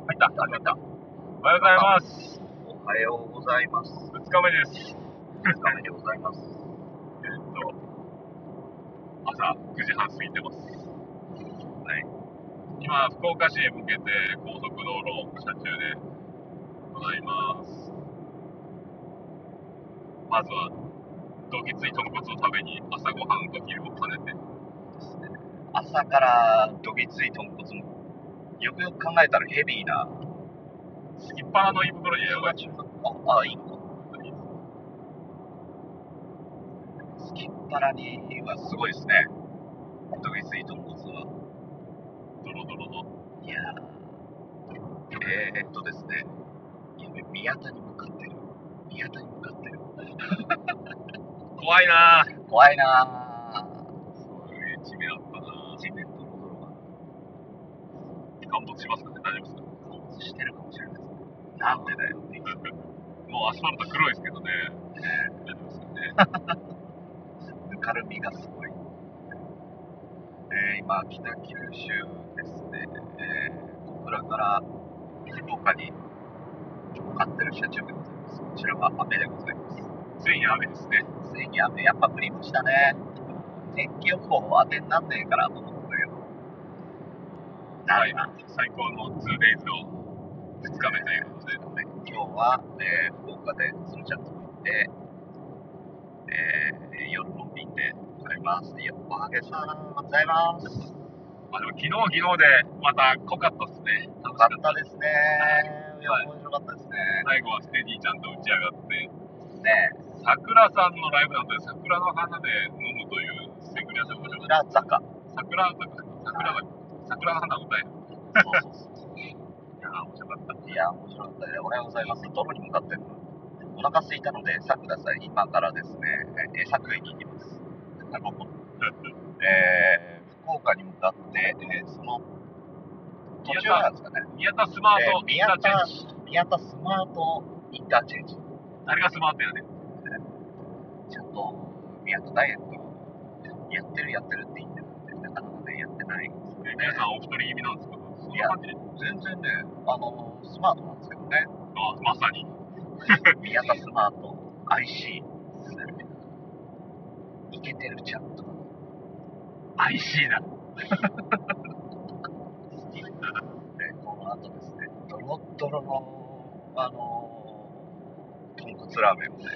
入った。始まった。おはようございます。 おはようございます。 2日目です。 2日目でございます。 朝9時半過ぎてます。 はい。 今、福岡市へ向けて高速道路を車中でございます。まずは、どぎつい豚骨を食べに朝ごはんと昼を兼ねてですね。朝からどぎつい豚骨も、よくよく考えたらヘビーな。 すきっ腹の胃袋にやばい。 いいのか。すきっ腹にはすごいですね。どぎつい豚骨は。 ドロドロの。 いやですね。宮田に向かってる。 怖いなぁ。 怖いなそういう地名あったなぁ。 地面とのどろが陥没しますかね、大丈夫ですか？ 陥没してるかもしれないですね。なんでだよっていう。 もうアスファルト黒いですけどね。大丈夫ですかね。 ぬかるみがすごい。今、北九州ですね。小倉から福岡に向かってる車中でございます。こちらは雨でございます。 ついに雨ですね。 ついに雨、やっぱ降りましたね。天気予報は当てになんねえからと思ったけど。 はい、最高の 2days の2日目ということで、 今日は、福岡で鶴ちゃんと行って、夜の便で帰ります。おはげさん、ございます。 でも昨日でまた濃かったですね。 よかったですね。いや、面白かったですね。 最後はステディちゃんと打ち上がって、 ね、 桜さんのライブなんで、桜の花で飲むというセグリアさんも桜坂。 桜の花歌える。 そう。 いや、面白かった。 いや、面白かったね。おはようございます。どこに向かってるの？お腹空いたので、餌ください。今からですね、餌食いに行きます。福岡に向かって、その途中なんですかね。 宮田スマートインターチェンジ。 宮田スマートインターチェンジ。 あれがスマートやね。 ちゃんと宮田ダイエットやってるって言ってるんで、なかなかね、やってないんですよね。 皆さんお太り気味なんですけど、そんな感じで。 全然ね、スマートなんですけどね。 まさに。 宮田スマート IC。イケてるちゃんと。 IC だ。 この後ですね、ドロッドロの、豚骨ラーメンをね、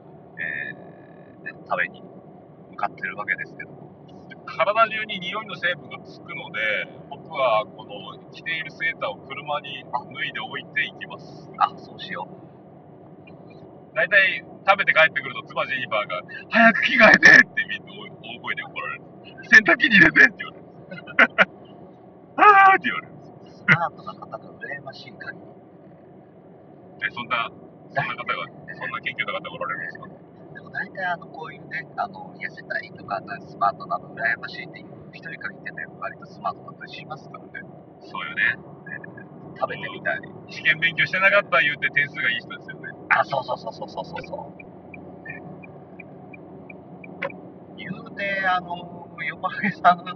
食べに向かってるわけですけど、 体中に匂いの成分がつくので、僕はこの着ているセーターを車に脱いで置いていきます。 そうしよう。 大体食べて帰ってくると妻ジェニファーが早く着替えてってみんな大声で怒られる。洗濯機に入れてって言われる。あーって言われる。 スマートな方が羨ましい限り。 そんな研究の方がおられるんですか？ でも大体こういうね、痩せたいとか、スマートなの羨ましいっていう一人限ってね、割とスマートだったりしますからね。 そうよね。 食べてみたい。 試験勉強してなかった言うて点数がいい人ですよね。 そう。言うて、ヨマヘさん、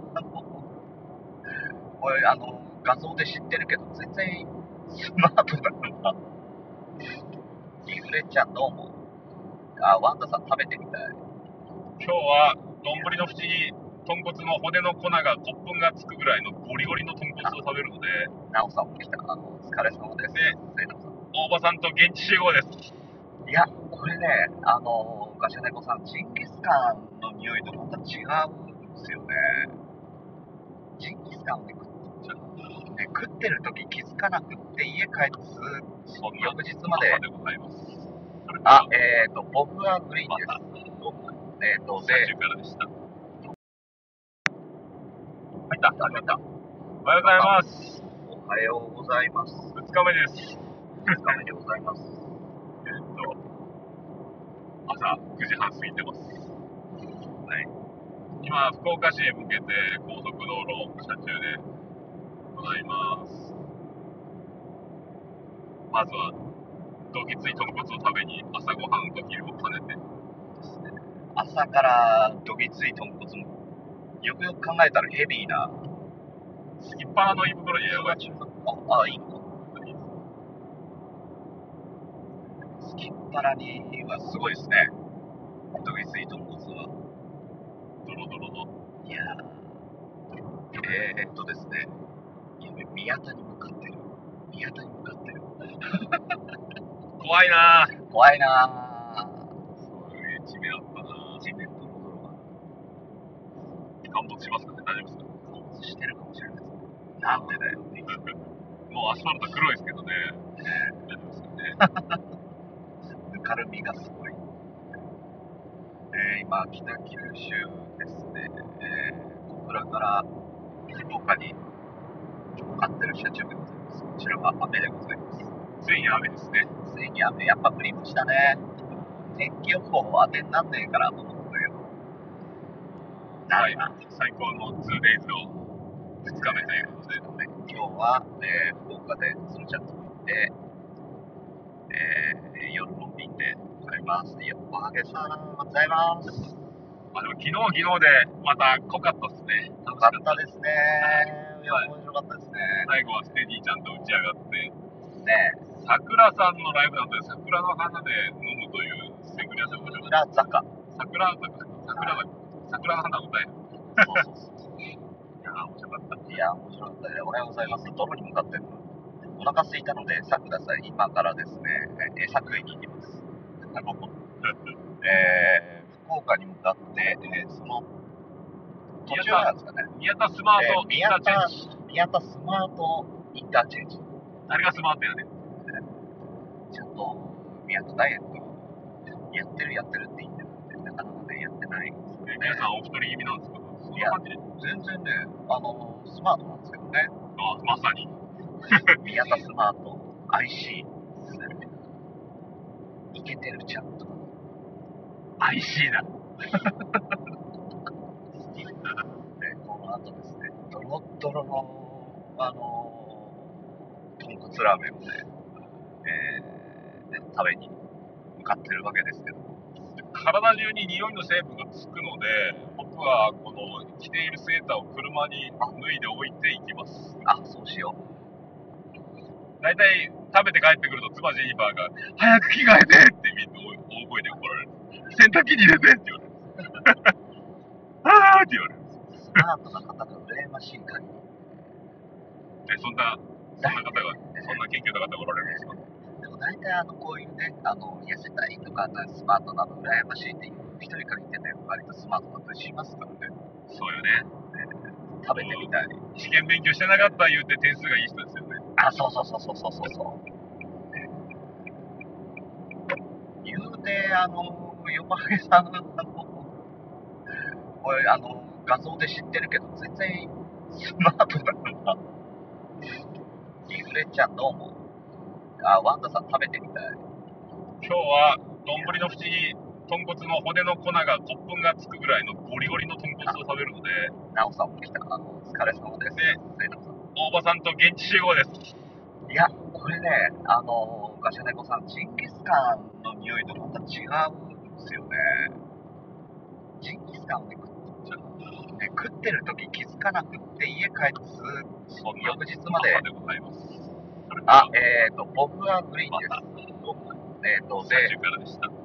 これ、画像で知ってるけど、全然スマートだな。リフレちゃんどうも。ワンダさん食べてみたい。 今日は、丼の縁に豚骨の骨の粉が、骨粉がつくぐらいのゴリゴリの豚骨を食べるので、 ナオさんも来た。お疲れ様です。 大場さんと現地集合です。 いや、これね、ガシャネコさん、ジンギスカンの匂いとまた違うんですよね。ジンギスカンで食ってる時気づかなくって家帰って翌日まで。僕はグリーンです。 最中からでした。入った。おはようございます。 おはようございます。 2日目です。 2日目でございます。 朝9時半過ぎてます。はい。今、福岡市へ向けて高速道路を車中でございます。まずは、どぎつい豚骨を食べに朝ごはんと昼を兼ねてですね。朝からどぎつい豚骨も、よくよく考えたらヘビーな。 すきっ腹の胃袋にやばい。 いいのか。 すきっ腹にはすごいですね。どぎすい豚骨は。 ドロドロの。 いやですね、宮田に向かってる。宮田に向かってる。 怖いなぁ。 怖いなそういう地名あったなぁ。 地面とロドロが陥没しますかね、大丈夫ですか？ 陥没してるかもしれないですね。なんでだよって言ってもうアスファルト黒いですけどね。大丈夫ですかね。 ぬかるみがすごい。今、北九州ですね。小倉から福岡に向かってる車中でございます。こちらは雨でございます。 ついに雨ですね。 ついに雨、やっぱ降りましたね。天気予報当てになんねえからと思ったけど。 はい。最高の 2days の2日目ということで、 今日は、福岡で鶴ちゃんと行って、夜の便で帰ります。おはげさん、ございます。 でも昨日でまた濃かったですね。 よかったですね。いや、 はい面白かったですね。 最後はステディちゃんと打ち上がって、 ね桜さんのライブなので、桜の花で飲むという素敵な面白かった。 桜坂。 桜の花を歌える。 そう。 いやー、面白かった。 いや、面白かったね。おはようございます。どこに向かってるの？お腹空いたので餌ください。今からですね、餌食いに行きます。福岡に向かって、その途中なんですかね。 宮田スマートインターチェンジ。 宮田スマートインターチェンジ。 誰がスマートやねん。 ちゃんと宮田ダイエットやってるって言ってるんで、なかなかね、やってないんですよね。 皆さんお太り気味なんですか？そんな感じで。 全然ね、スマートなんですけどね。 あ、まさに。 宮田スマート IC ですね。いけてるちゃんと。 IC だ。 この後ですね、ドロッドロの、豚骨ラーメンをね、食べに向かってるわけですけど。 体中に匂いの成分がつくので、僕はこの着ているセーターを車に脱いで置いていきます。 あ、そうしよう。 大体食べて帰ってくると妻ジェニファーが早く着替えてってみんな大声で怒られる。洗濯機に入れてって言われる。あーって言われる。 スマートな方が羨ましい限り。 そんな研究の方がおられるんですか？ でも大体こういうね、痩せたいとか、スマートなの羨ましいっていう一人限ってね、割とスマートだったりしますからね。 そうよね。 食べてみたい。 試験勉強してなかった言うて点数がいい人ですよね。 あ、そう。言うて、横上さん、これ、画像で知ってるけど、全然スマートだな。イフレちゃんどうも。ワンダさん食べてみたい。 今日は丼の縁に豚骨の骨の粉が骨粉がつくぐらいのゴリゴリの豚骨を食べるので、 ナオさんも来た。お疲れ様です。 大場さんと現地集合です。 いや、これね、ガシャネコさん、ジンギスカンの匂いとまた違うんですよね。ジンギスカンをね、食ってる時気づかなくって家帰って翌日まで。 でございます。 僕はグリーンです。 最初からでした。